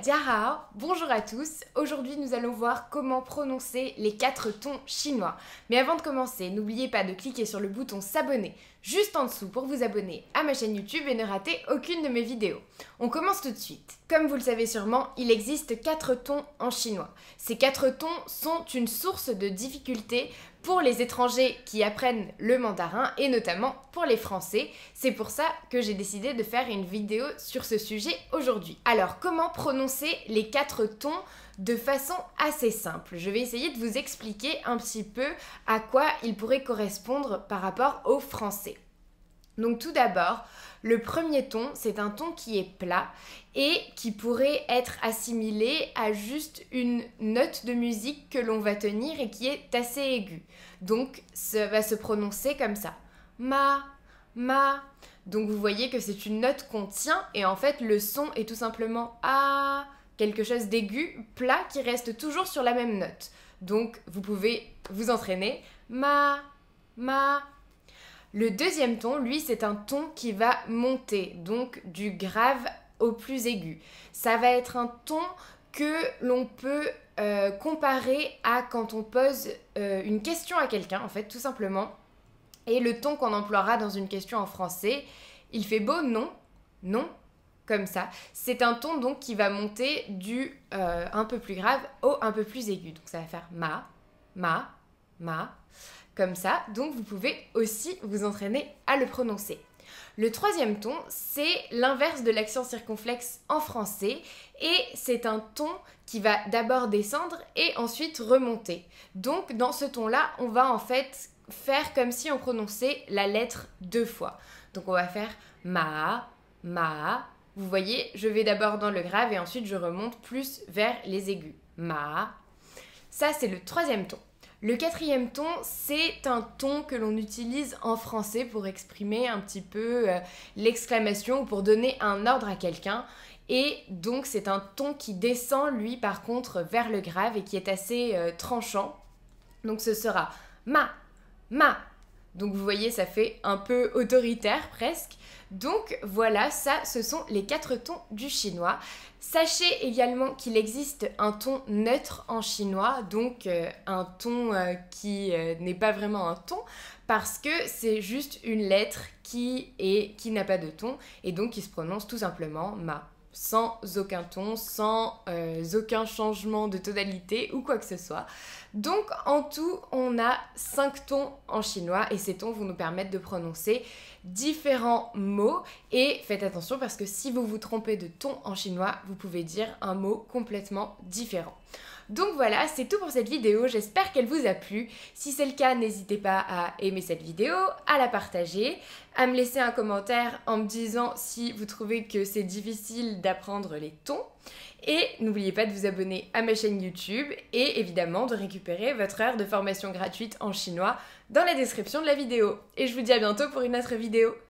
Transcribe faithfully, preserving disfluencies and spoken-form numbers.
Diahao, bonjour à tous. Aujourd'hui nous allons voir comment prononcer les quatre tons chinois. Mais avant de commencer, n'oubliez pas de cliquer sur le bouton s'abonner juste en dessous pour vous abonner à ma chaîne YouTube et ne rater aucune de mes vidéos. On commence tout de suite. Comme vous le savez sûrement, il existe quatre tons en chinois. Ces quatre tons sont une source de difficulté pour les étrangers qui apprennent le mandarin et notamment pour les Français. C'est pour ça que j'ai décidé de faire une vidéo sur ce sujet aujourd'hui. Alors, comment prononcer les quatre tons de façon assez simple? Je vais essayer de vous expliquer un petit peu à quoi ils pourraient correspondre par rapport au français. Donc tout d'abord, le premier ton, c'est un ton qui est plat et qui pourrait être assimilé à juste une note de musique que l'on va tenir et qui est assez aiguë. Donc ça va se prononcer comme ça. Ma, ma. Donc vous voyez que c'est une note qu'on tient et en fait le son est tout simplement A, quelque chose d'aigu, plat qui reste toujours sur la même note. Donc vous pouvez vous entraîner. Ma, ma. Le deuxième ton, lui, c'est un ton qui va monter, donc du grave au plus aigu. Ça va être un ton que l'on peut euh, comparer à quand on pose euh, une question à quelqu'un, en fait, tout simplement. Et le ton qu'on emploiera dans une question en français, il fait beau, non, non, comme ça. C'est un ton donc qui va monter du euh, un peu plus grave au un peu plus aigu. Donc ça va faire ma, ma, ma. Comme ça, donc vous pouvez aussi vous entraîner à le prononcer. Le troisième ton, c'est l'inverse de l'accent circonflexe en français et c'est un ton qui va d'abord descendre et ensuite remonter. Donc dans ce ton-là, on va en fait faire comme si on prononçait la lettre deux fois. Donc on va faire ma, ma. Vous voyez, je vais d'abord dans le grave et ensuite je remonte plus vers les aigus. Ma. Ça, c'est le troisième ton. Le quatrième ton, c'est un ton que l'on utilise en français pour exprimer un petit peu euh, l'exclamation ou pour donner un ordre à quelqu'un. Et donc, c'est un ton qui descend, lui, par contre, vers le grave et qui est assez euh, tranchant. Donc, ce sera ma, ma. Donc, vous voyez, ça fait un peu autoritaire presque. Donc, voilà, ça, ce sont les quatre tons du chinois. Sachez également qu'il existe un ton neutre en chinois, donc euh, un ton euh, qui euh, n'est pas vraiment un ton, parce que c'est juste une lettre qui, est, qui n'a pas de ton, et donc qui se prononce tout simplement ma, sans aucun ton, sans euh, aucun changement de tonalité ou quoi que ce soit. Donc en tout, on a cinq tons en chinois, et ces tons vont nous permettre de prononcer différents mots. Et faites attention parce que si vous vous trompez de ton en chinois, vous pouvez dire un mot complètement différent. Donc voilà, c'est tout pour cette vidéo, j'espère qu'elle vous a plu. Si c'est le cas, n'hésitez pas à aimer cette vidéo, à la partager, à me laisser un commentaire en me disant si vous trouvez que c'est difficile d'apprendre les tons. Et n'oubliez pas de vous abonner à ma chaîne YouTube et évidemment de récupérer votre heure de formation gratuite en chinois dans la description de la vidéo. Et je vous dis à bientôt pour une autre vidéo.